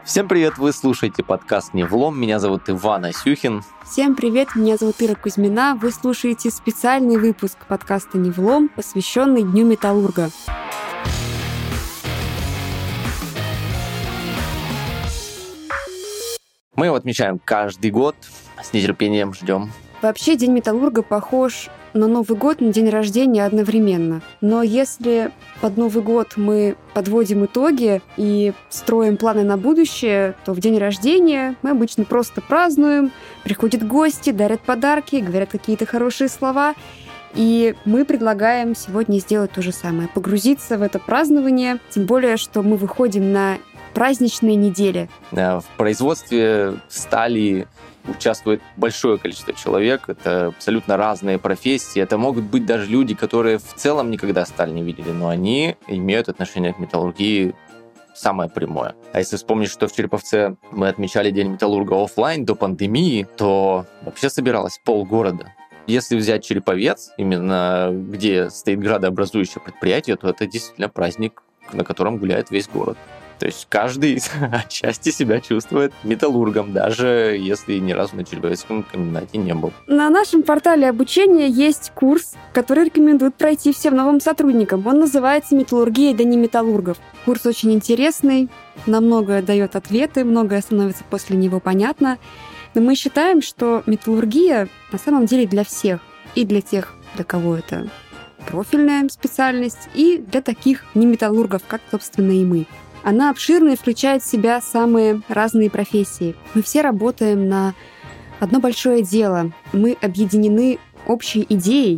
Всем привет, вы слушаете подкаст «Невлом». Меня зовут Иван Асюхин. Всем привет, меня зовут Ира Кузьмина. Вы слушаете специальный выпуск подкаста «Невлом», посвященный Дню металлурга. Мы его отмечаем каждый год, с нетерпением ждем. Вообще, День металлурга похож на Новый год, на день рождения одновременно. Но если под Новый год мы подводим итоги и строим планы на будущее, то в день рождения мы обычно просто празднуем, приходят гости, дарят подарки, говорят какие-то хорошие слова. И мы предлагаем сегодня сделать то же самое, погрузиться в это празднование, тем более, что мы выходим на праздничные недели. В производстве стали участвует большое количество человек. Это абсолютно разные профессии. Это могут быть даже люди, которые в целом никогда сталь не видели, но они имеют отношение к металлургии самое прямое. А если вспомнить, что в Череповце мы отмечали День металлурга офлайн до пандемии, то вообще собиралось полгорода. Если взять Череповец, именно где стоит градообразующее предприятие, то это действительно праздник, на котором гуляет весь город. То есть каждый отчасти себя чувствует металлургом, даже если ни разу на Череповецком комбинате не был. На нашем портале обучения есть курс, который рекомендуют пройти всем новым сотрудникам. Он называется «Металлургия для неметаллургов». Курс очень интересный, на многое дает ответы, многое становится после него понятно. Но мы считаем, что металлургия на самом деле для всех. И для тех, для кого это профильная специальность, и для таких неметаллургов, как, собственно, и мы. Она обширна и включает в себя самые разные профессии. Мы все работаем на одно большое дело. Мы объединены общей идеей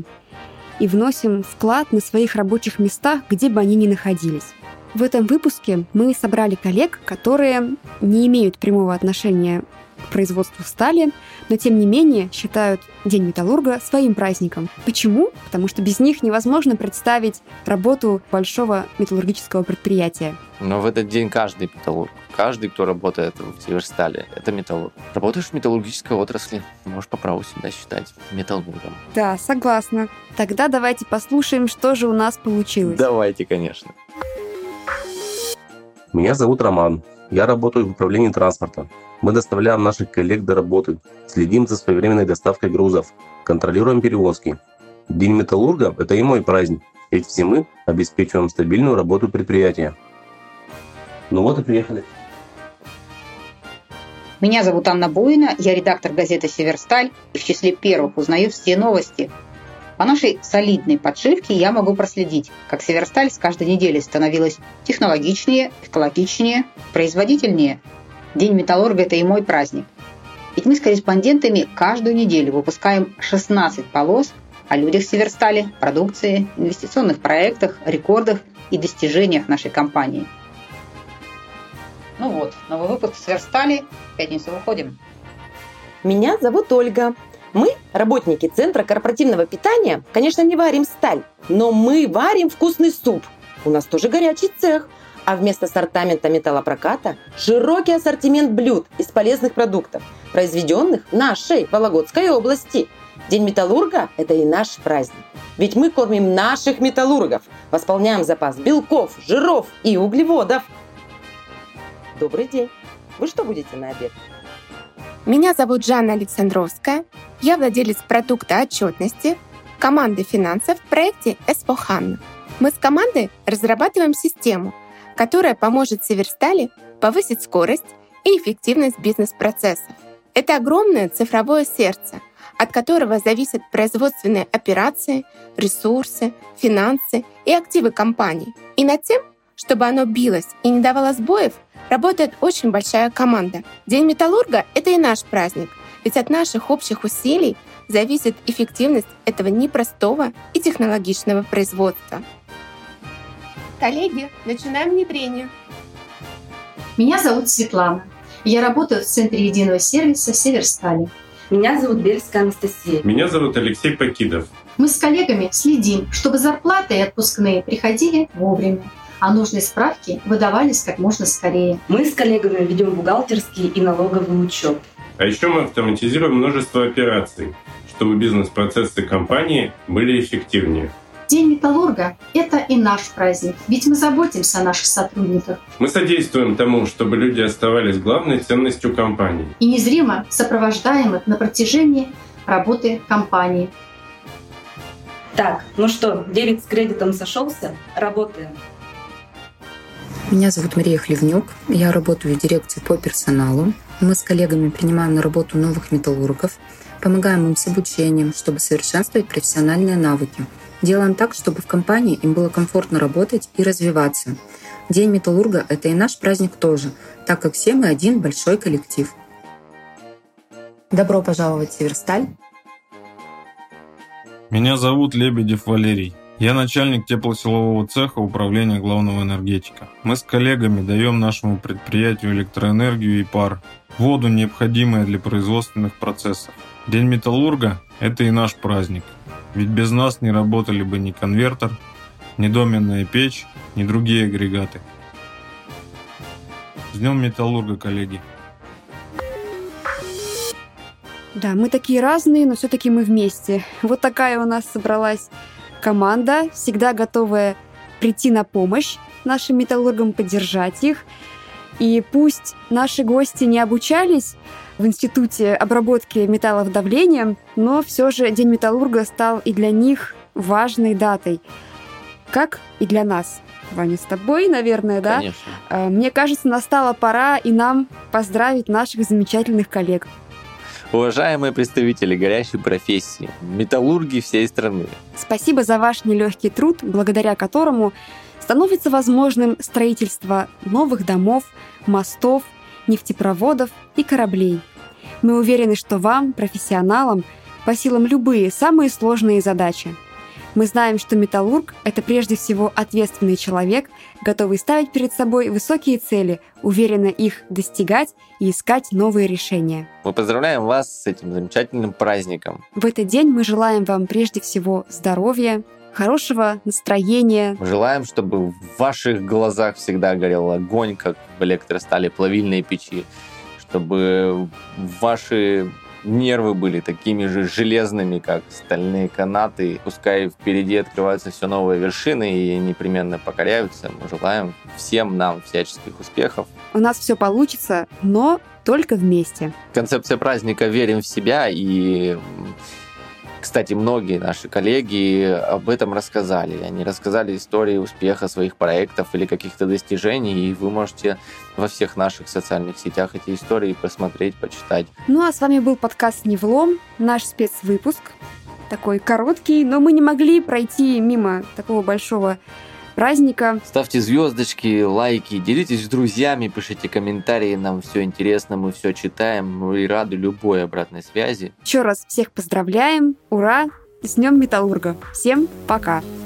и вносим вклад на своих рабочих местах, где бы они ни находились. В этом выпуске мы собрали коллег, которые не имеют прямого отношения к производству стали, но тем не менее считают День металлурга своим праздником. Почему? Потому что без них невозможно представить работу большого металлургического предприятия. Но в этот день каждый металлург, каждый, кто работает в Северстали, это металлург. Работаешь в металлургической отрасли, можешь по праву себя считать металлургом. Да, согласна. Тогда давайте послушаем, что же у нас получилось. Давайте, конечно. Меня зовут Роман. Я работаю в управлении транспорта. Мы доставляем наших коллег до работы, следим за своевременной доставкой грузов, контролируем перевозки. День металлурга – это и мой праздник, ведь все мы обеспечиваем стабильную работу предприятия. Ну вот и приехали. Меня зовут Анна Буина, я редактор газеты «Северсталь» и в числе первых узнаю все новости. По нашей солидной подшивке я могу проследить, как «Северсталь» с каждой неделей становилась технологичнее, экологичнее, производительнее. День металлурга – это и мой праздник. Ведь мы с корреспондентами каждую неделю выпускаем 16 полос о людях «Северстали», продукции, инвестиционных проектах, рекордах и достижениях нашей компании. Ну вот, новый выпуск «Северстали». В пятницу выходим. Меня зовут Ольга. Мы, работники Центра корпоративного питания, конечно, не варим сталь, но мы варим вкусный суп. У нас тоже горячий цех. А вместо ассортимента металлопроката широкий ассортимент блюд из полезных продуктов, произведенных в нашей Вологодской области. День металлурга – это и наш праздник. Ведь мы кормим наших металлургов, восполняем запас белков, жиров и углеводов. Добрый день. Вы что будете на обед? Меня зовут Жанна Александровская. Я владелец продукта отчетности, команды финансов в проекте S4HANA. Мы с командой разрабатываем систему, которая поможет Северстали повысить скорость и эффективность бизнес-процессов. Это огромное цифровое сердце, от которого зависят производственные операции, ресурсы, финансы и активы компании. И над тем, чтобы оно билось и не давало сбоев, работает очень большая команда. День металлурга – это и наш праздник, ведь от наших общих усилий зависит эффективность этого непростого и технологичного производства. Коллеги, начинаем внедрение. Меня зовут Светлана. Я работаю в Центре единого сервиса «Северстали». Меня зовут Бельская Анастасия. Меня зовут Алексей Покидов. Мы с коллегами следим, чтобы зарплаты и отпускные приходили вовремя, а нужные справки выдавались как можно скорее. Мы с коллегами ведем бухгалтерский и налоговый учет. А еще мы автоматизируем множество операций, чтобы бизнес-процессы компании были эффективнее. День металлурга – это и наш праздник, ведь мы заботимся о наших сотрудниках. Мы содействуем тому, чтобы люди оставались главной ценностью компании. И незримо сопровождаем их на протяжении работы компании. Так, ну что, дебет с кредитом сошелся? Работаем. Меня зовут Мария Хлевнюк. Я работаю в дирекции по персоналу. Мы с коллегами принимаем на работу новых металлургов, помогаем им с обучением, чтобы совершенствовать профессиональные навыки. Делаем так, чтобы в компании им было комфортно работать и развиваться. День металлурга — это и наш праздник тоже, так как все мы один большой коллектив. Добро пожаловать в Северсталь. Меня зовут Лебедев Валерий. Я начальник теплосилового цеха управления главного энергетика. Мы с коллегами даем нашему предприятию электроэнергию и пар, воду, необходимые для производственных процессов. День металлурга – это и наш праздник. Ведь без нас не работали бы ни конвертер, ни доменная печь, ни другие агрегаты. С Днем металлурга, коллеги! Да, мы такие разные, но все-таки мы вместе. Вот такая у нас собралась команда, всегда готовая прийти на помощь нашим металлургам, поддержать их. И пусть наши гости не обучались в Институте обработки металлов давлением, но все же День металлурга стал и для них важной датой. Как и для нас. Ваня, с тобой, наверное, да? Конечно. Мне кажется, настала пора и нам поздравить наших замечательных коллег. Уважаемые представители горящей профессии, металлурги всей страны. Спасибо за ваш нелегкий труд, благодаря которому становится возможным строительство новых домов, мостов, нефтепроводов и кораблей. Мы уверены, что вам, профессионалам, по силам любые самые сложные задачи. Мы знаем, что металлург — это прежде всего ответственный человек, готовый ставить перед собой высокие цели, уверенно их достигать и искать новые решения. Мы поздравляем вас с этим замечательным праздником. В этот день мы желаем вам прежде всего здоровья, хорошего настроения. Мы желаем, чтобы в ваших глазах всегда горел огонь, как в электростали плавильной печи, чтобы ваши нервы были такими же железными, как стальные канаты. Пускай впереди открываются все новые вершины и непременно покоряются. Мы желаем всем нам всяческих успехов. У нас все получится, но только вместе. Концепция праздника «Верим в себя», и, кстати, многие наши коллеги об этом рассказали. Они рассказали истории успеха своих проектов или каких-то достижений, и вы можете во всех наших социальных сетях эти истории посмотреть, почитать. Ну а с вами был подкаст «Не влом», наш спецвыпуск. Такой короткий, но мы не могли пройти мимо такого большого праздника. Ставьте звездочки, лайки, делитесь с друзьями, пишите комментарии, нам все интересно, мы все читаем, мы рады любой обратной связи. Еще раз всех поздравляем, ура, с Днем металлурга. Всем пока!